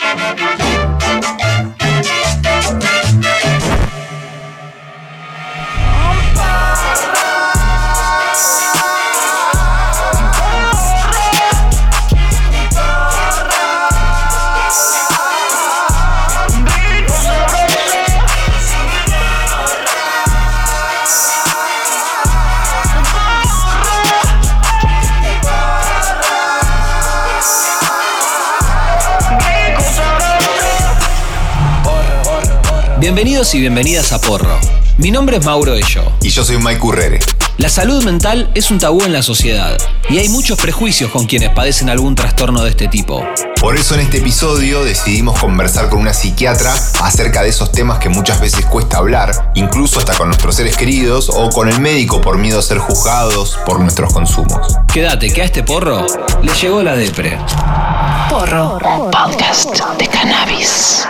Bienvenidos y bienvenidas a Porro. Mi nombre es Mauro Ello. Y yo soy Mike Currere. La salud mental es un tabú en la sociedad y hay muchos prejuicios con quienes padecen algún trastorno de este tipo. Por eso en este episodio decidimos conversar con una psiquiatra acerca de esos temas que muchas veces cuesta hablar, incluso hasta con nuestros seres queridos o con el médico por miedo a ser juzgados por nuestros consumos. Quédate que a este porro le llegó la depre. Porro, podcast de cannabis.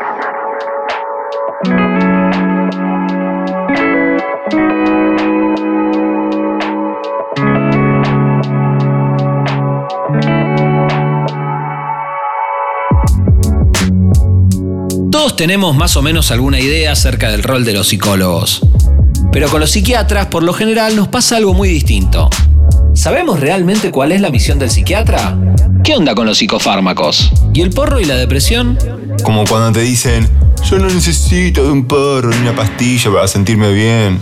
Todos tenemos más o menos alguna idea acerca del rol de los psicólogos. Pero con los psiquiatras, por lo general, nos pasa algo muy distinto. ¿Sabemos realmente cuál es la misión del psiquiatra? ¿Qué onda con los psicofármacos? ¿Y el porro y la depresión? Como cuando te dicen, yo no necesito de un porro ni una pastilla para sentirme bien.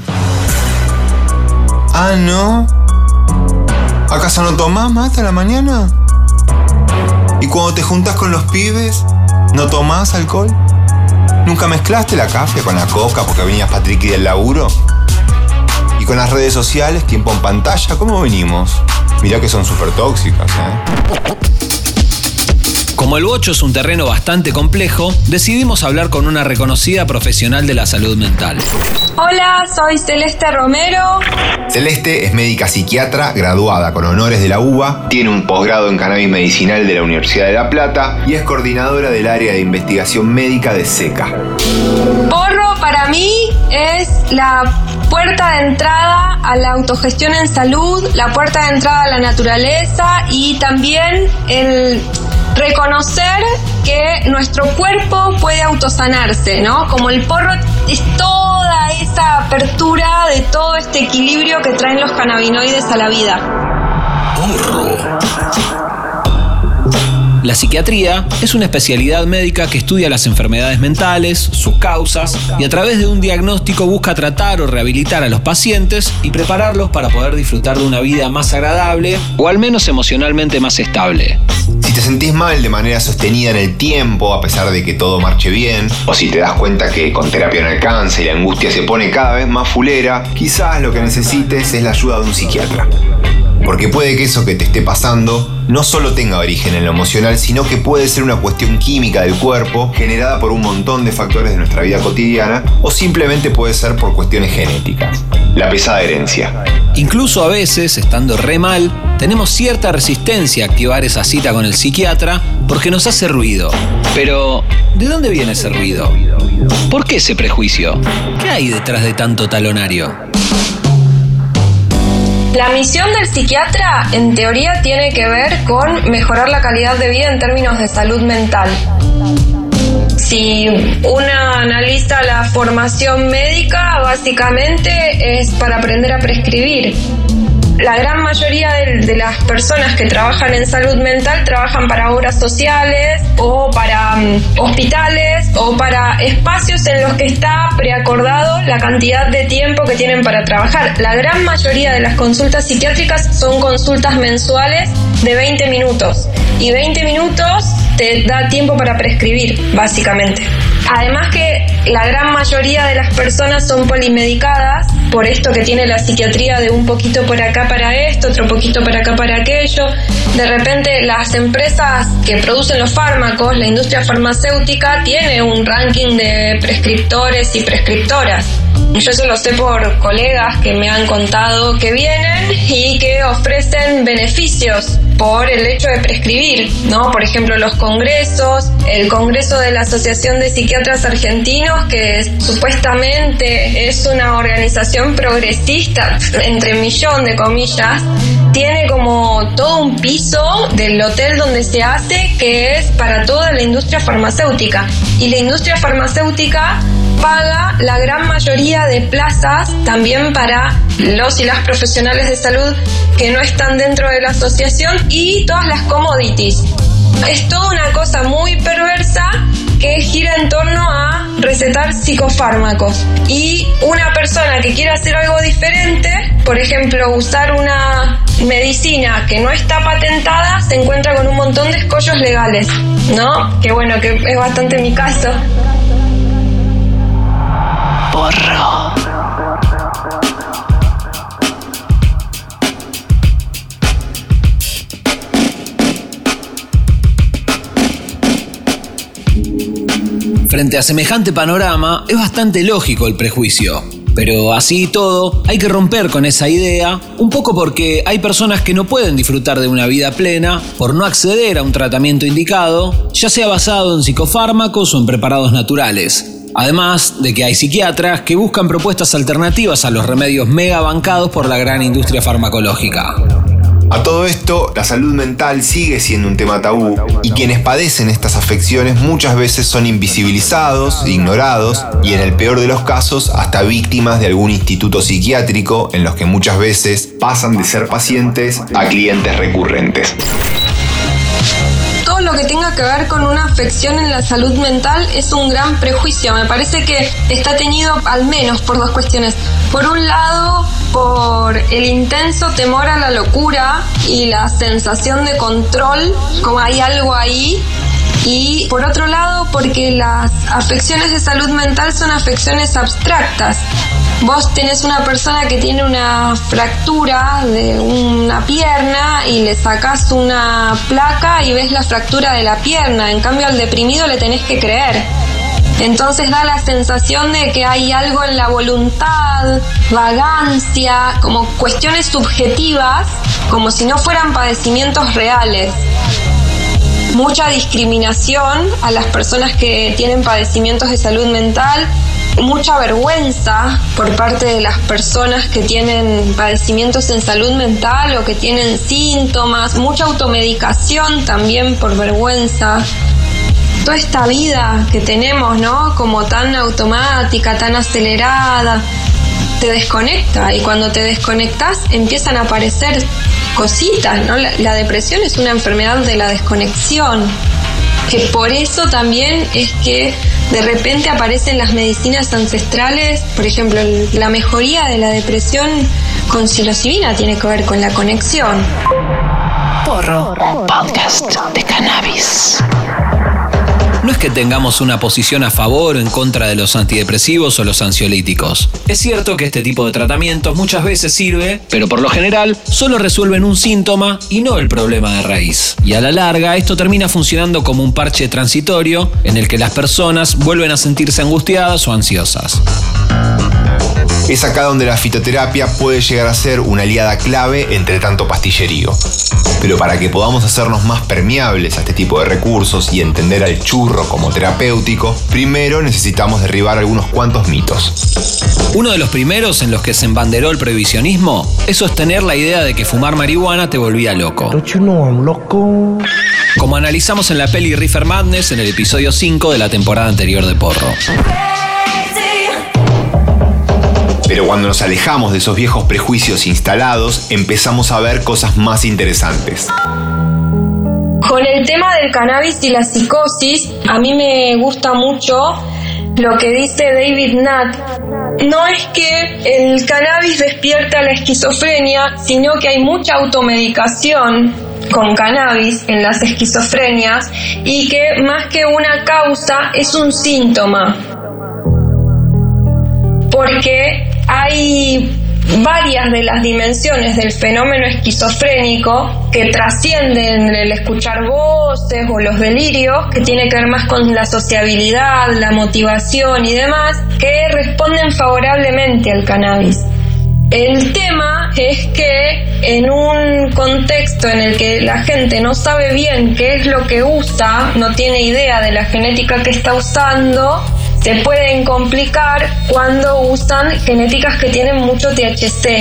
Ah, ¿no? ¿Acaso no tomás mate a la mañana? ¿Y cuando te juntás con los pibes, no tomás alcohol? ¿Nunca mezclaste la café con la coca porque venías patriqui del laburo? ¿Y con las redes sociales, tiempo en pantalla, cómo venimos? Mirá que son súper tóxicas, ¿eh? Como el bocho es un terreno bastante complejo, decidimos hablar con una reconocida profesional de la salud mental. Hola, soy Celeste Romero. Celeste es médica psiquiatra, graduada con honores de la UBA, tiene un posgrado en cannabis medicinal de la Universidad de La Plata y es coordinadora del área de investigación médica de SECA. Porro para mí es la puerta de entrada a la autogestión en salud, la puerta de entrada a la naturaleza y también el reconocer que nuestro cuerpo puede autosanarse, ¿no? Como el porro es toda esa apertura de todo este equilibrio que traen los cannabinoides a la vida. Porro. La psiquiatría es una especialidad médica que estudia las enfermedades mentales, sus causas, y a través de un diagnóstico busca tratar o rehabilitar a los pacientes y prepararlos para poder disfrutar de una vida más agradable o al menos emocionalmente más estable. Si te sentís mal de manera sostenida en el tiempo, a pesar de que todo marche bien, o si te das cuenta que con terapia no alcanza y la angustia se pone cada vez más fulera, quizás lo que necesites es la ayuda de un psiquiatra. Porque puede que eso que te esté pasando no solo tenga origen en lo emocional, sino que puede ser una cuestión química del cuerpo generada por un montón de factores de nuestra vida cotidiana o simplemente puede ser por cuestiones genéticas. La pesada herencia. Incluso a veces, estando re mal, tenemos cierta resistencia a activar esa cita con el psiquiatra porque nos hace ruido. Pero, ¿de dónde viene ese ruido? ¿Por qué ese prejuicio? ¿Qué hay detrás de tanto talonario? La misión del psiquiatra, en teoría, tiene que ver con mejorar la calidad de vida en términos de salud mental. Si uno analiza la formación médica, básicamente es para aprender a prescribir. La gran mayoría de las personas que trabajan en salud mental trabajan para obras sociales o para hospitales o para espacios en los que está preacordado la cantidad de tiempo que tienen para trabajar. La gran mayoría de las consultas psiquiátricas son consultas mensuales de 20 minutos y 20 minutos te da tiempo para prescribir, básicamente. Además que la gran mayoría de las personas son polimedicadas, por esto que tiene la psiquiatría de un poquito por acá para esto, otro poquito por acá para aquello. De repente las empresas que producen los fármacos, la industria farmacéutica, tiene un ranking de prescriptores y prescriptoras. Yo eso lo sé por colegas que me han contado que vienen y que ofrecen beneficios por el hecho de prescribir, ¿no? Por ejemplo, los congresos, el Congreso de la Asociación de Psiquiatras Argentinos, que supuestamente es una organización progresista, entre millón de comillas, tiene como todo un piso del hotel donde se hace que es para toda la industria farmacéutica. Y la industria farmacéutica paga la gran mayoría de plazas también para los y las profesionales de salud que no están dentro de la asociación y todas las commodities. Es toda una cosa muy perversa que gira en torno a recetar psicofármacos. Y una persona que quiera hacer algo diferente, por ejemplo, usar una medicina que no está patentada, se encuentra con un montón de escollos legales, ¿no? Que bueno, que es bastante mi caso. Porro. Frente a semejante panorama, es bastante lógico el prejuicio. Pero así y todo, hay que romper con esa idea, un poco porque hay personas que no pueden disfrutar de una vida plena por no acceder a un tratamiento indicado, ya sea basado en psicofármacos o en preparados naturales. Además de que hay psiquiatras que buscan propuestas alternativas a los remedios mega bancados por la gran industria farmacológica. A todo esto, la salud mental sigue siendo un tema tabú y quienes padecen estas afecciones muchas veces son invisibilizados, ignorados y en el peor de los casos hasta víctimas de algún instituto psiquiátrico en los que muchas veces pasan de ser pacientes a clientes recurrentes. Todo lo que tenga que ver con una afección en la salud mental es un gran prejuicio. Me parece que está teñido al menos por dos cuestiones. Por un lado, por el intenso temor a la locura y la sensación de control, como hay algo ahí. Y por otro lado, porque las afecciones de salud mental son afecciones abstractas. Vos tenés una persona que tiene una fractura de una pierna y le sacás una placa y ves la fractura de la pierna. En cambio, al deprimido le tenés que creer. Entonces da la sensación de que hay algo en la voluntad, vagancia, como cuestiones subjetivas, como si no fueran padecimientos reales. Mucha discriminación a las personas que tienen padecimientos de salud mental, mucha vergüenza por parte de las personas que tienen padecimientos en salud mental o que tienen síntomas, mucha automedicación también por vergüenza. Toda esta vida que tenemos, ¿no? Como tan automática, tan acelerada, te desconecta y cuando te desconectas empiezan a aparecer cositas, ¿no? La depresión es una enfermedad de la desconexión, que por eso también es que de repente aparecen las medicinas ancestrales. Por ejemplo, la mejoría de la depresión con psilocibina tiene que ver con la conexión. Porro, podcast de cannabis. No es que tengamos una posición a favor o en contra de los antidepresivos o los ansiolíticos. Es cierto que este tipo de tratamientos muchas veces sirve, pero por lo general solo resuelven un síntoma y no el problema de raíz. Y a la larga esto termina funcionando como un parche transitorio en el que las personas vuelven a sentirse angustiadas o ansiosas. Es acá donde la fitoterapia puede llegar a ser una aliada clave entre tanto pastillerío. Pero para que podamos hacernos más permeables a este tipo de recursos y entender al churro como terapéutico, primero necesitamos derribar algunos cuantos mitos. Uno de los primeros en los que se embanderó el prohibicionismo es sostener la idea de que fumar marihuana te volvía loco. Don't you know I'm loco? Como analizamos en la peli Reefer Madness en el episodio 5 de la temporada anterior de Porro. Pero cuando nos alejamos de esos viejos prejuicios instalados, empezamos a ver cosas más interesantes. Con el tema del cannabis y la psicosis, a mí me gusta mucho lo que dice David Nutt. No es que el cannabis despierta la esquizofrenia, sino que hay mucha automedicación con cannabis en las esquizofrenias y que más que una causa es un síntoma. Porque hay varias de las dimensiones del fenómeno esquizofrénico que trascienden el escuchar voces o los delirios, que tiene que ver más con la sociabilidad, la motivación y demás, que responden favorablemente al cannabis. El tema es que en un contexto en el que la gente no sabe bien qué es lo que usa, no tiene idea de la genética que está usando, se pueden complicar cuando usan genéticas que tienen mucho THC.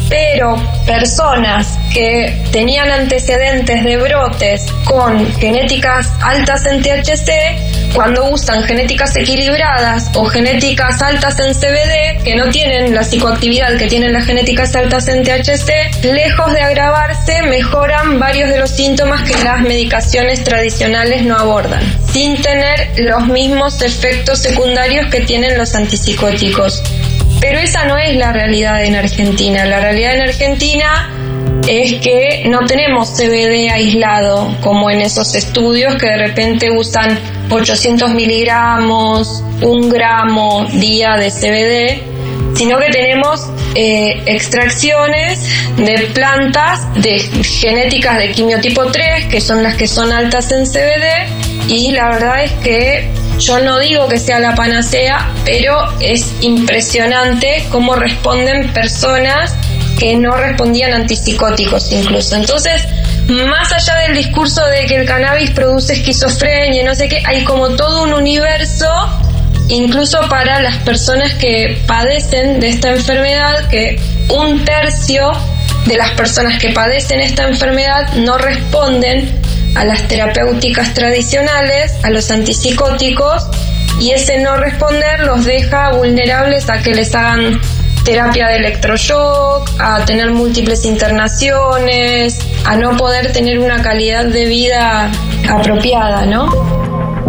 Pero personas que tenían antecedentes de brotes con genéticas altas en THC, cuando usan genéticas equilibradas o genéticas altas en CBD, que no tienen la psicoactividad que tienen las genéticas altas en THC, lejos de agravarse, mejoran varios de los síntomas que las medicaciones tradicionales no abordan, sin tener los mismos efectos secundarios que tienen los antipsicóticos. Pero esa no es la realidad en Argentina. La realidad en Argentina es que no tenemos CBD aislado, como en esos estudios que de repente usan 800 miligramos, 1 gramo día de CBD, sino que tenemos extracciones de plantas de genéticas de quimiotipo 3, que son las que son altas en CBD, y la verdad es que yo no digo que sea la panacea, pero es impresionante cómo responden personas que no respondían a antipsicóticos incluso. Entonces, más allá del discurso de que el cannabis produce esquizofrenia y no sé qué, hay como todo un universo, incluso para las personas que padecen de esta enfermedad, que 1/3 de las personas que padecen esta enfermedad no responden a las terapéuticas tradicionales, a los antipsicóticos, y ese no responder los deja vulnerables a que les hagan terapia de electroshock, a tener múltiples internaciones, a no poder tener una calidad de vida apropiada, ¿no?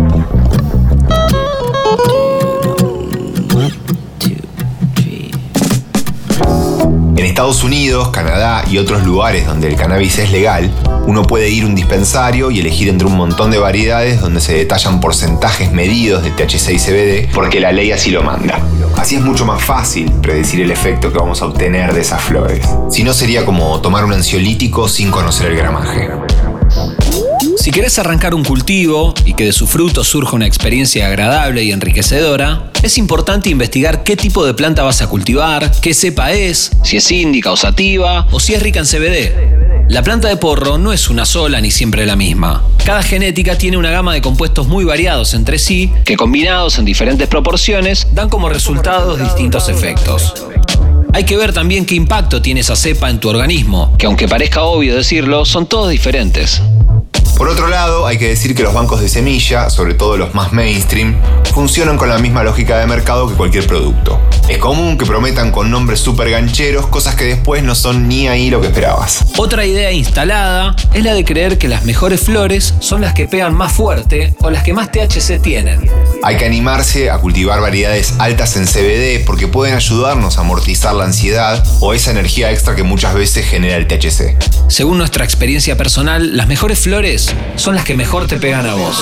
En Estados Unidos, Canadá y otros lugares donde el cannabis es legal, uno puede ir a un dispensario y elegir entre un montón de variedades donde se detallan porcentajes medidos de THC y CBD porque la ley así lo manda. Así es mucho más fácil predecir el efecto que vamos a obtener de esas flores. Si no, sería como tomar un ansiolítico sin conocer el gramaje. Si querés arrancar un cultivo y que de su fruto surja una experiencia agradable y enriquecedora, es importante investigar qué tipo de planta vas a cultivar, qué cepa es, si es índica o sativa o si es rica en CBD. La planta de porro no es una sola ni siempre la misma. Cada genética tiene una gama de compuestos muy variados entre sí, que combinados en diferentes proporciones dan como resultados distintos efectos. Hay que ver también qué impacto tiene esa cepa en tu organismo, que aunque parezca obvio decirlo, son todos diferentes. Por otro lado, hay que decir que los bancos de semilla, sobre todo los más mainstream, funcionan con la misma lógica de mercado que cualquier producto. Es común que prometan con nombres súper gancheros cosas que después no son ni ahí lo que esperabas. Otra idea instalada es la de creer que las mejores flores son las que pegan más fuerte o las que más THC tienen. Hay que animarse a cultivar variedades altas en CBD porque pueden ayudarnos a amortizar la ansiedad o esa energía extra que muchas veces genera el THC. Según nuestra experiencia personal, las mejores flores son las que mejor te pegan a vos.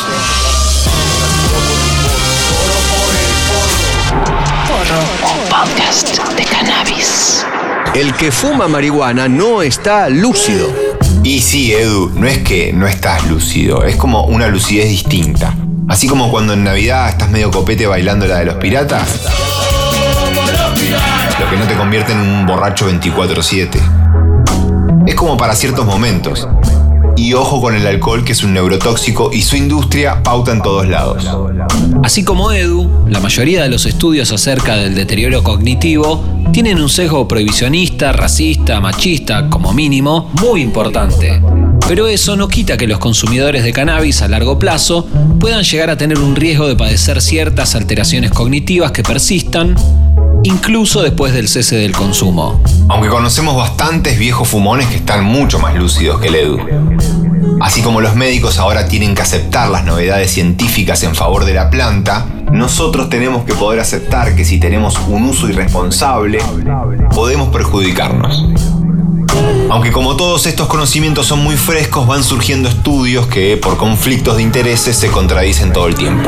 Podcast de cannabis. El que fuma marihuana no está lúcido. Y sí, Edu, no es que no estás lúcido, es como una lucidez distinta. Así como cuando en Navidad estás medio copete bailando la de los piratas, lo que no te convierte en un borracho 24/7. Es como para ciertos momentos. Y ojo con el alcohol, que es un neurotóxico y su industria pauta en todos lados. Así como Edu, la mayoría de los estudios acerca del deterioro cognitivo tienen un sesgo prohibicionista, racista, machista, como mínimo, muy importante. Pero eso no quita que los consumidores de cannabis a largo plazo puedan llegar a tener un riesgo de padecer ciertas alteraciones cognitivas que persistan, incluso después del cese del consumo. Aunque conocemos bastantes viejos fumones que están mucho más lúcidos que el Edu. Así como los médicos ahora tienen que aceptar las novedades científicas en favor de la planta, nosotros tenemos que poder aceptar que si tenemos un uso irresponsable, podemos perjudicarnos. Aunque como todos estos conocimientos son muy frescos, van surgiendo estudios que, por conflictos de intereses, se contradicen todo el tiempo.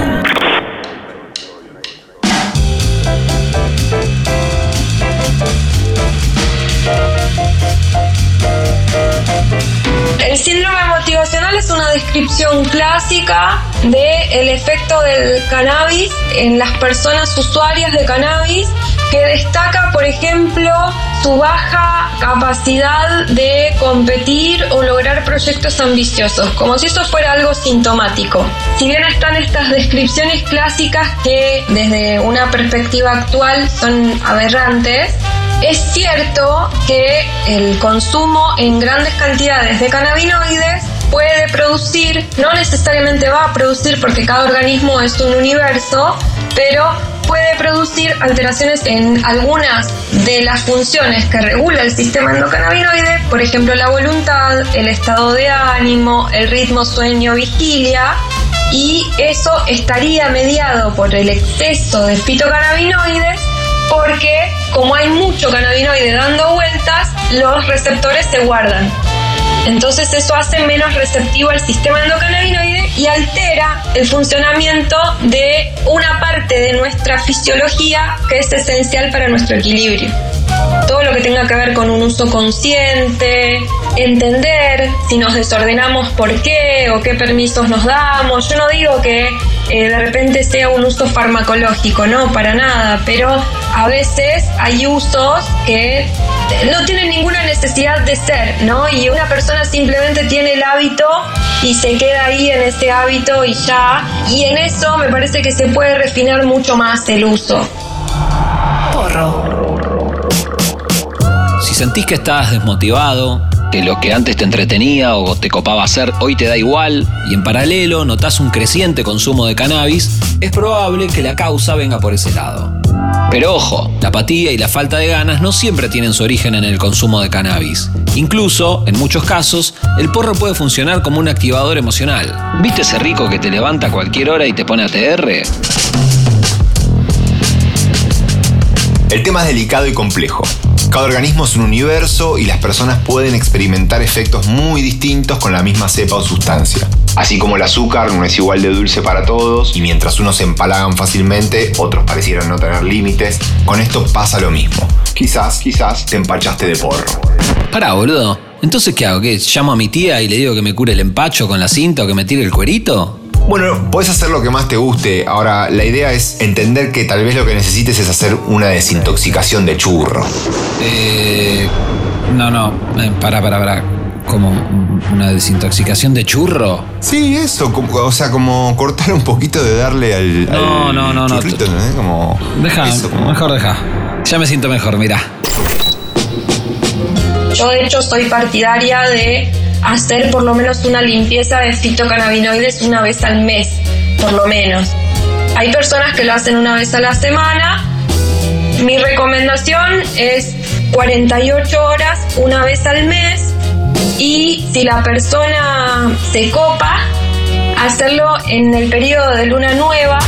El síndrome motivacional es una descripción clásica del efecto del cannabis en las personas usuarias de cannabis, que destaca, por ejemplo, su baja capacidad de competir o lograr proyectos ambiciosos, como si eso fuera algo sintomático. Si bien están estas descripciones clásicas que desde una perspectiva actual son aberrantes, Es cierto que el consumo en grandes cantidades de cannabinoides puede producir, no necesariamente va a producir porque cada organismo es un universo, pero puede producir alteraciones en algunas de las funciones que regula el sistema endocannabinoide, por ejemplo la voluntad, el estado de ánimo, el ritmo sueño-vigilia, y eso estaría mediado por el exceso de fitocannabinoides, porque como hay mucho cannabinoide dando vueltas, los receptores se guardan. Entonces eso hace menos receptivo al sistema endocannabinoide y altera el funcionamiento de una parte de nuestra fisiología que es esencial para nuestro equilibrio. Todo lo que tenga que ver con un uso consciente, entender si nos desordenamos por qué o qué permisos nos damos. Yo no digo que de repente sea un uso farmacológico, no, para nada, pero a veces hay usos que no tienen ninguna necesidad de ser, ¿no? Y una persona simplemente tiene el hábito y se queda ahí en ese hábito y ya. Y en eso me parece que se puede refinar mucho más el uso. Porro. Si sentís que estás desmotivado, que lo que antes te entretenía o te copaba hacer hoy te da igual y en paralelo notás un creciente consumo de cannabis, es probable que la causa venga por ese lado. Pero ojo, la apatía y la falta de ganas no siempre tienen su origen en el consumo de cannabis. Incluso, en muchos casos, el porro puede funcionar como un activador emocional. ¿Viste ese rico que te levanta a cualquier hora y te pone ATR? El tema es delicado y complejo. Cada organismo es un universo y las personas pueden experimentar efectos muy distintos con la misma cepa o sustancia. Así como el azúcar no es igual de dulce para todos y mientras unos se empalagan fácilmente, otros parecieran no tener límites, con esto pasa lo mismo. Quizás te empachaste de porro. Pará, boludo. ¿Entonces qué hago? ¿Qué? ¿Llamo a mi tía y le digo que me cure el empacho con la cinta o que me tire el cuerito? Bueno, podés hacer lo que más te guste. Ahora, la idea es entender que tal vez lo que necesites es hacer una desintoxicación de churro. Pará. ¿Como una desintoxicación de churro? Sí, eso. Como cortar un poquito de darle al churrito, ¿entendés? Como... Mejor deja. Ya me siento mejor, mirá. Yo de hecho soy partidaria de hacer por lo menos una limpieza de fitocannabinoides una vez al mes, por lo menos. Hay personas que lo hacen una vez a la semana. Mi recomendación es 48 horas una vez al mes, y si la persona se copa, hacerlo en el periodo de luna nueva,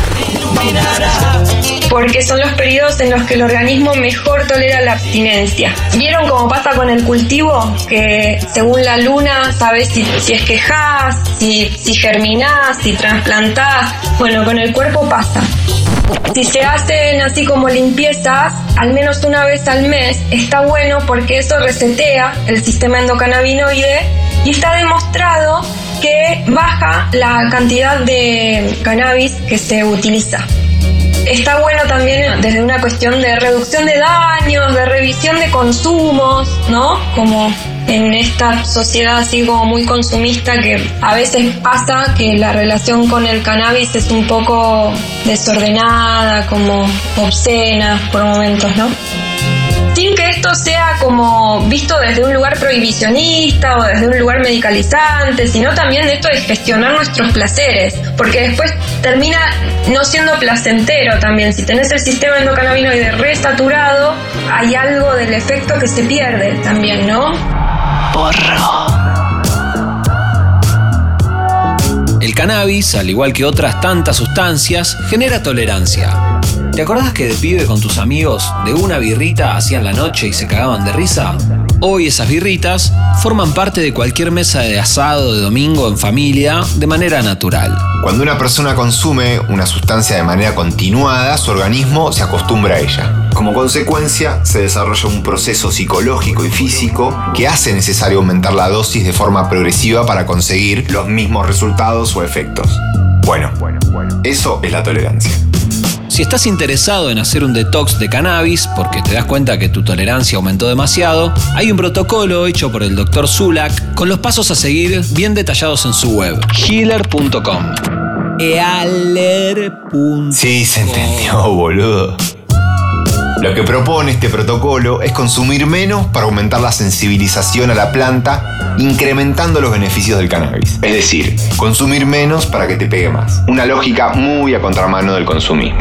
porque son los periodos en los que el organismo mejor tolera la abstinencia. ¿Vieron cómo pasa con el cultivo? Que según la luna sabes si esquejás, si germinás, si trasplantás. Bueno, con el cuerpo pasa. Si se hacen así como limpiezas, al menos una vez al mes, está bueno porque eso resetea el sistema endocannabinoide y está demostrado que baja la cantidad de cannabis que se utiliza. Está bueno también desde una cuestión de reducción de daños, de revisión de consumos, ¿no? Como en esta sociedad así como muy consumista, que a veces pasa que la relación con el cannabis es un poco desordenada, como obscena por momentos, ¿no? Sin que esto sea como visto desde un lugar prohibicionista o desde un lugar medicalizante, sino también de esto de gestionar nuestros placeres, porque después termina no siendo placentero también. Si tenés el sistema endocannabinoide resaturado, hay algo del efecto que se pierde también, ¿no? Porro. El cannabis, al igual que otras tantas sustancias, genera tolerancia. ¿Te acordás que de pibe con tus amigos de una birrita hacían la noche y se cagaban de risa? Hoy esas birritas forman parte de cualquier mesa de asado de domingo en familia de manera natural. Cuando una persona consume una sustancia de manera continuada, su organismo se acostumbra a ella. Como consecuencia, se desarrolla un proceso psicológico y físico que hace necesario aumentar la dosis de forma progresiva para conseguir los mismos resultados o efectos. Bueno, eso es la tolerancia. Si estás interesado en hacer un detox de cannabis porque te das cuenta que tu tolerancia aumentó demasiado, hay un protocolo hecho por el Dr. Zulak con los pasos a seguir bien detallados en su web, healer.com. Sí, se entendió, boludo. Lo que propone este protocolo es consumir menos para aumentar la sensibilización a la planta, incrementando los beneficios del cannabis. Es decir, consumir menos para que te pegue más. Una lógica muy a contramano del consumismo.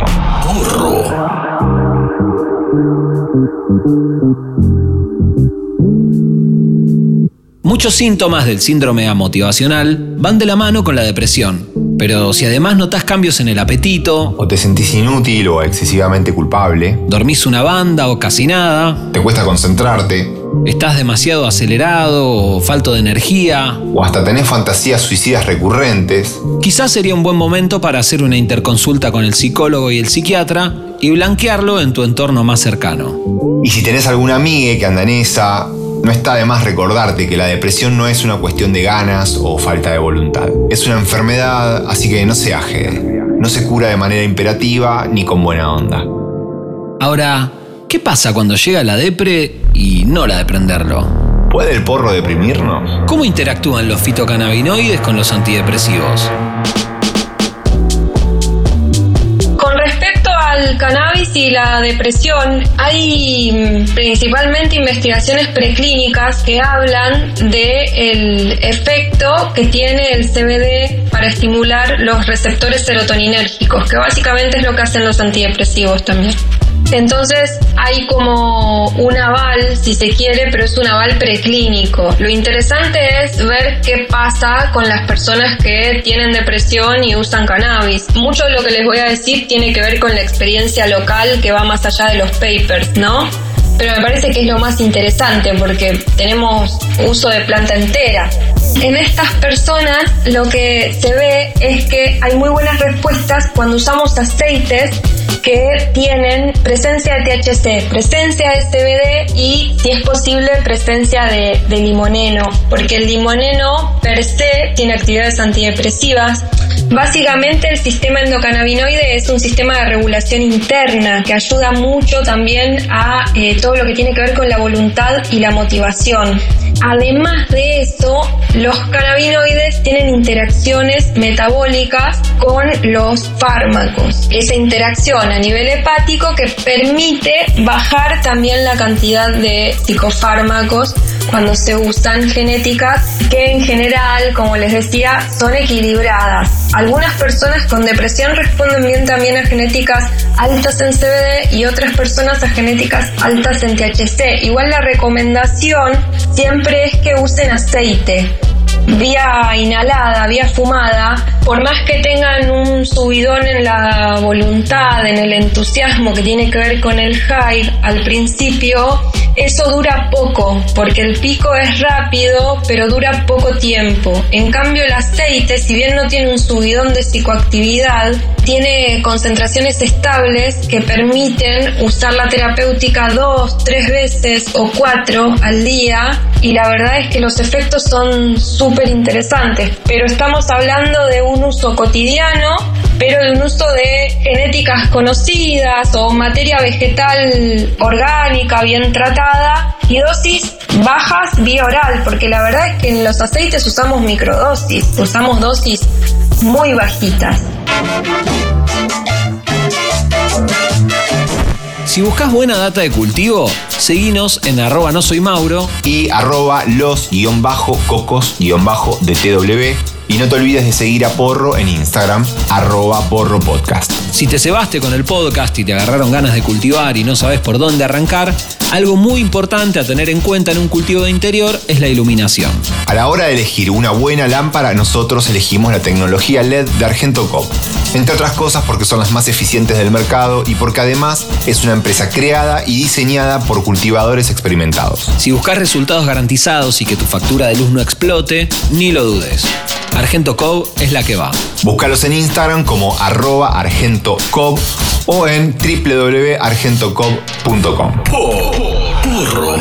Muchos síntomas del síndrome amotivacional van de la mano con la depresión. Pero si además notás cambios en el apetito, o te sentís inútil o excesivamente culpable, dormís una banda o casi nada, te cuesta concentrarte, estás demasiado acelerado o falto de energía, o hasta tenés fantasías suicidas recurrentes, quizás sería un buen momento para hacer una interconsulta con el psicólogo y el psiquiatra y blanquearlo en tu entorno más cercano. Y si tenés alguna amiga que anda en esa, no está de más recordarte que la depresión no es una cuestión de ganas o falta de voluntad. Es una enfermedad, así que no se ajede. No se cura de manera imperativa ni con buena onda. Ahora, ¿qué pasa cuando llega la depre y no la de prenderlo? ¿Puede el porro deprimirnos? ¿Cómo interactúan los fitocannabinoides con los antidepresivos? El cannabis y la depresión, hay principalmente investigaciones preclínicas que hablan del efecto que tiene el CBD para estimular los receptores serotoninérgicos, que básicamente es lo que hacen los antidepresivos también. Entonces hay como un aval, si se quiere, pero es un aval preclínico. Lo interesante es ver qué pasa con las personas que tienen depresión y usan cannabis. Mucho de lo que les voy a decir tiene que ver con la experiencia local que va más allá de los papers, ¿no? Pero me parece que es lo más interesante porque tenemos uso de planta entera. En estas personas lo que se ve es que hay muy buenas respuestas cuando usamos aceites que tienen presencia de THC, presencia de CBD y, si es posible, presencia de limoneno, porque el limoneno per se tiene actividades antidepresivas. Básicamente el sistema endocannabinoide es un sistema de regulación interna que ayuda mucho también a todo lo que tiene que ver con la voluntad y la motivación. Además de eso, los cannabinoides tienen interacciones metabólicas con los fármacos. Esa interacción a nivel hepático que permite bajar también la cantidad de psicofármacos cuando se usan, genéticas que en general, como les decía, son equilibradas. Algunas personas con depresión responden bien también a genéticas altas en CBD y otras personas a genéticas altas en THC. Igual la recomendación siempre es que usen aceite, vía inhalada, vía fumada. Por más que tengan un subidón en la voluntad, en el entusiasmo que tiene que ver con el high al principio, eso dura poco, porque el pico es rápido, pero dura poco tiempo. En cambio, el aceite, si bien no tiene un subidón de psicoactividad, tiene concentraciones estables que permiten usar la terapéutica 2, 3 veces o 4 al día, y la verdad es que los efectos son súper interesantes. Pero estamos hablando de un uso cotidiano, pero de un uso de genéticas conocidas o materia vegetal orgánica bien tratada y dosis bajas vía oral, porque la verdad es que en los aceites usamos microdosis, usamos dosis muy bajitas. Si buscas buena data de cultivo, seguinos en @nosoymauro y @los_cocos_de TW. Y no te olvides de seguir a Porro en Instagram, @porropodcast. Si te cebaste con el podcast y te agarraron ganas de cultivar y no sabes por dónde arrancar, algo muy importante a tener en cuenta en un cultivo de interior es la iluminación. A la hora de elegir una buena lámpara, nosotros elegimos la tecnología LED de Argento Cobb. Entre otras cosas porque son las más eficientes del mercado y porque además es una empresa creada y diseñada por cultivadores experimentados. Si buscas resultados garantizados y que tu factura de luz no explote, ni lo dudes. Argento Cobb es la que va. Búscalos en Instagram como @argentocobb o en www.argentocobb.com. Porro.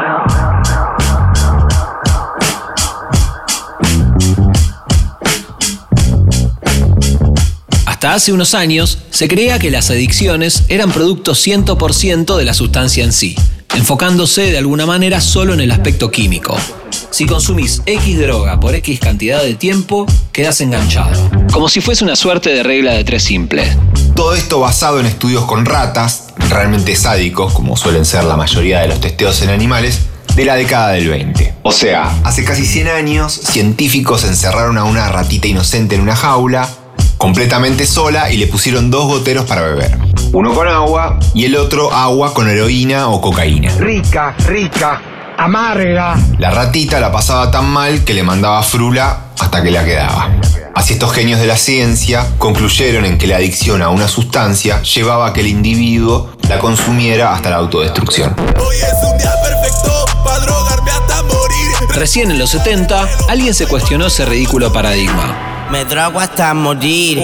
Hasta hace unos años se creía que las adicciones eran producto 100% de la sustancia en sí, enfocándose de alguna manera solo en el aspecto químico. Si consumís X droga por X cantidad de tiempo, quedás enganchado. Como si fuese una suerte de regla de 3 simple. Todo esto basado en estudios con ratas, realmente sádicos, como suelen ser la mayoría de los testeos en animales, de la década del 20. O sea, hace casi 100 años, científicos encerraron a una ratita inocente en una jaula, completamente sola, y le pusieron 2 goteros para beber. Uno con agua y el otro agua con heroína o cocaína. Rica, amarga. La ratita la pasaba tan mal que le mandaba frula hasta que la quedaba. Así estos genios de la ciencia concluyeron en que la adicción a una sustancia llevaba a que el individuo la consumiera hasta la autodestrucción. Hoy es un día perfecto para drogarme hasta morir. Recién en los 70, alguien se cuestionó ese ridículo paradigma. Me drogo hasta morir.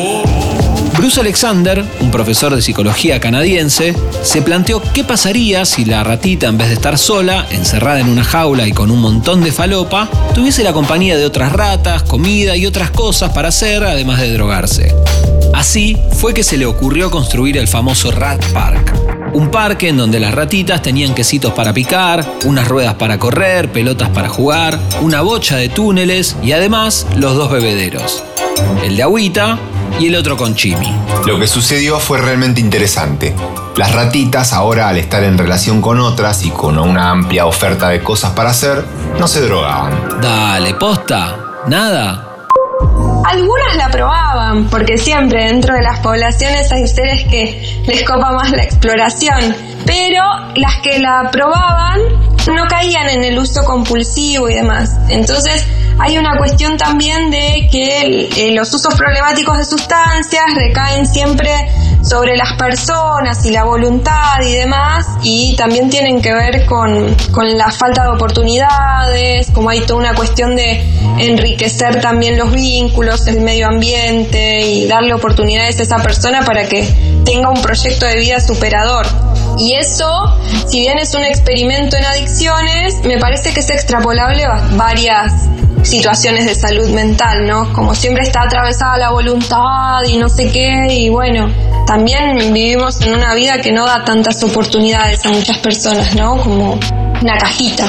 Bruce Alexander, un profesor de psicología canadiense, se planteó qué pasaría si la ratita, en vez de estar sola, encerrada en una jaula y con un montón de falopa, tuviese la compañía de otras ratas, comida y otras cosas para hacer, además de drogarse. Así fue que se le ocurrió construir el famoso Rat Park. Un parque en donde las ratitas tenían quesitos para picar, unas ruedas para correr, pelotas para jugar, una bocha de túneles y además los 2 bebederos. El de agüita y el otro con chimi. Lo que sucedió fue realmente interesante. Las ratitas, ahora al estar en relación con otras y con una amplia oferta de cosas para hacer, no se drogaban. Dale, posta, nada. Algunas la probaban, porque siempre dentro de las poblaciones hay seres que les copa más la exploración, pero las que la probaban no caían en el uso compulsivo y demás. Entonces hay una cuestión también de que los usos problemáticos de sustancias recaen siempre sobre las personas y la voluntad y demás, y también tienen que ver con la falta de oportunidades, como hay toda una cuestión de enriquecer también los vínculos, el medio ambiente y darle oportunidades a esa persona para que tenga un proyecto de vida superador. Y eso, si bien es un experimento en adicciones, me parece que es extrapolable a varias situaciones de salud mental, ¿no? Como siempre está atravesada la voluntad y no sé qué, y bueno, también vivimos en una vida que no da tantas oportunidades a muchas personas, ¿no? Como una cajita.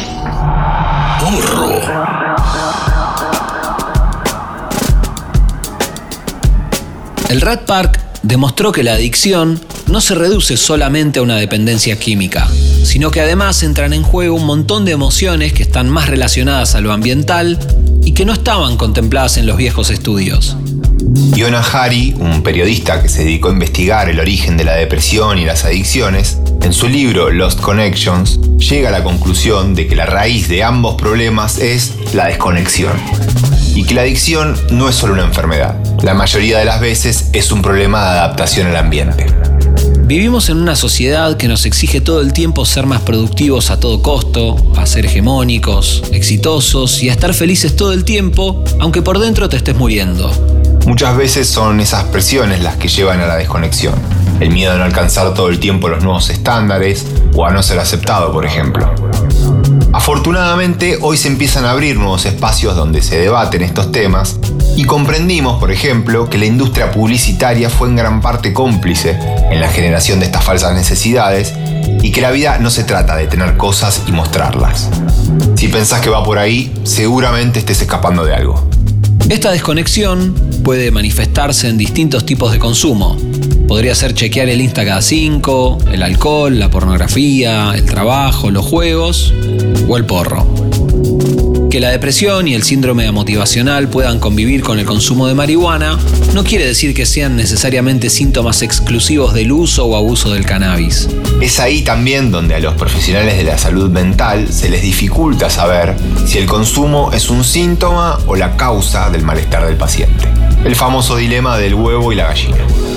El Rat Park demostró que la adicción no se reduce solamente a una dependencia química, sino que además entran en juego un montón de emociones que están más relacionadas a lo ambiental y que no estaban contempladas en los viejos estudios. Yona Hari, un periodista que se dedicó a investigar el origen de la depresión y las adicciones, en su libro Lost Connections, llega a la conclusión de que la raíz de ambos problemas es la desconexión. Y que la adicción no es solo una enfermedad. La mayoría de las veces es un problema de adaptación al ambiente. Vivimos en una sociedad que nos exige todo el tiempo ser más productivos a todo costo, a ser hegemónicos, exitosos y a estar felices todo el tiempo, aunque por dentro te estés muriendo. Muchas veces son esas presiones las que llevan a la desconexión. El miedo a no alcanzar todo el tiempo los nuevos estándares o a no ser aceptado, por ejemplo. Afortunadamente, hoy se empiezan a abrir nuevos espacios donde se debaten estos temas y comprendimos, por ejemplo, que la industria publicitaria fue en gran parte cómplice en la generación de estas falsas necesidades y que la vida no se trata de tener cosas y mostrarlas. Si pensás que va por ahí, seguramente estés escapando de algo. Esta desconexión puede manifestarse en distintos tipos de consumo. Podría ser chequear el Insta cada 5, el alcohol, la pornografía, el trabajo, los juegos o el porro. Que la depresión y el síndrome amotivacional puedan convivir con el consumo de marihuana no quiere decir que sean necesariamente síntomas exclusivos del uso o abuso del cannabis. Es ahí también donde a los profesionales de la salud mental se les dificulta saber si el consumo es un síntoma o la causa del malestar del paciente. El famoso dilema del huevo y la gallina.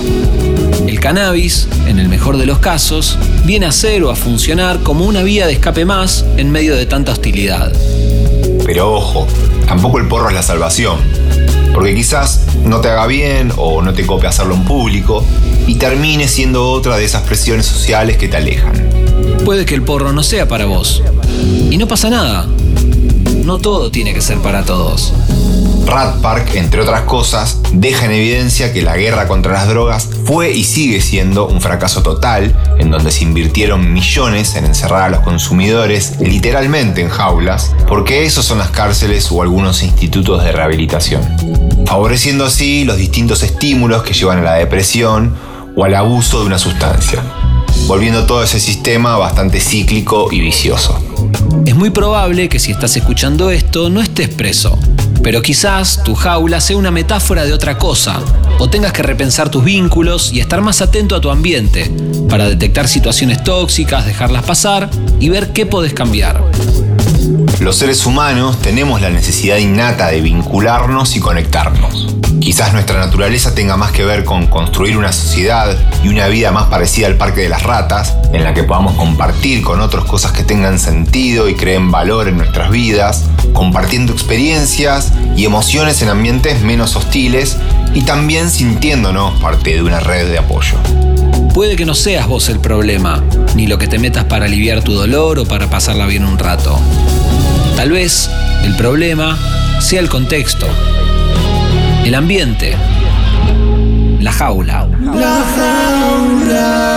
El cannabis, en el mejor de los casos, viene a ser o a funcionar como una vía de escape más en medio de tanta hostilidad. Pero ojo, tampoco el porro es la salvación, porque quizás no te haga bien o no te cope hacerlo en público y termine siendo otra de esas presiones sociales que te alejan. Puede que el porro no sea para vos, y no pasa nada. No todo tiene que ser para todos. Rat Park, entre otras cosas, deja en evidencia que la guerra contra las drogas fue y sigue siendo un fracaso total, en donde se invirtieron millones en encerrar a los consumidores literalmente en jaulas, porque esos son las cárceles o algunos institutos de rehabilitación, favoreciendo así los distintos estímulos que llevan a la depresión o al abuso de una sustancia. volviendo todo ese sistema bastante cíclico y vicioso. Es muy probable que si estás escuchando esto no estés preso, pero quizás tu jaula sea una metáfora de otra cosa, o tengas que repensar tus vínculos y estar más atento a tu ambiente para detectar situaciones tóxicas, dejarlas pasar y ver qué podés cambiar. Los seres humanos tenemos la necesidad innata de vincularnos y conectarnos. Quizás nuestra naturaleza tenga más que ver con construir una sociedad y una vida más parecida al Parque de las Ratas, en la que podamos compartir con otros cosas que tengan sentido y creen valor en nuestras vidas, compartiendo experiencias y emociones en ambientes menos hostiles y también sintiéndonos parte de una red de apoyo. Puede que no seas vos el problema, ni lo que te metas para aliviar tu dolor o para pasarla bien un rato. Tal vez el problema sea el contexto, el ambiente, la jaula. La jaula.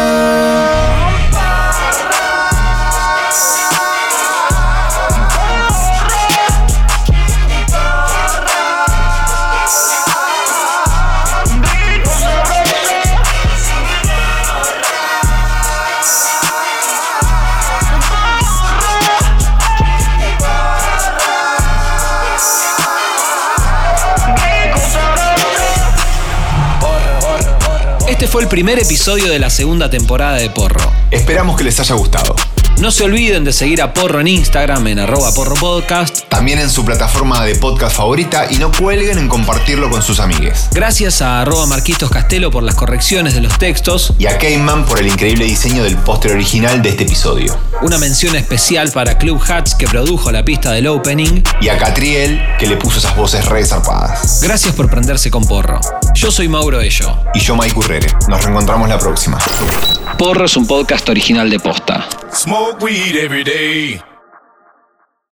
Este fue el primer episodio de la segunda temporada de Porro. Esperamos que les haya gustado. No se olviden de seguir a Porro en Instagram en @porropodcast. También en su plataforma de podcast favorita y no cuelguen en compartirlo con sus amigues. Gracias a @Marquitos Castelo por las correcciones de los textos. Y a Cayman por el increíble diseño del póster original de este episodio. Una mención especial para Club Hats que produjo la pista del opening. Y a Catriel que le puso esas voces re zarpadas. Gracias por prenderse con Porro. Yo soy Mauro Ello. Y yo Mike Urrere. Nos reencontramos la próxima. Porro es un podcast original de Posta. Smoke weed every day.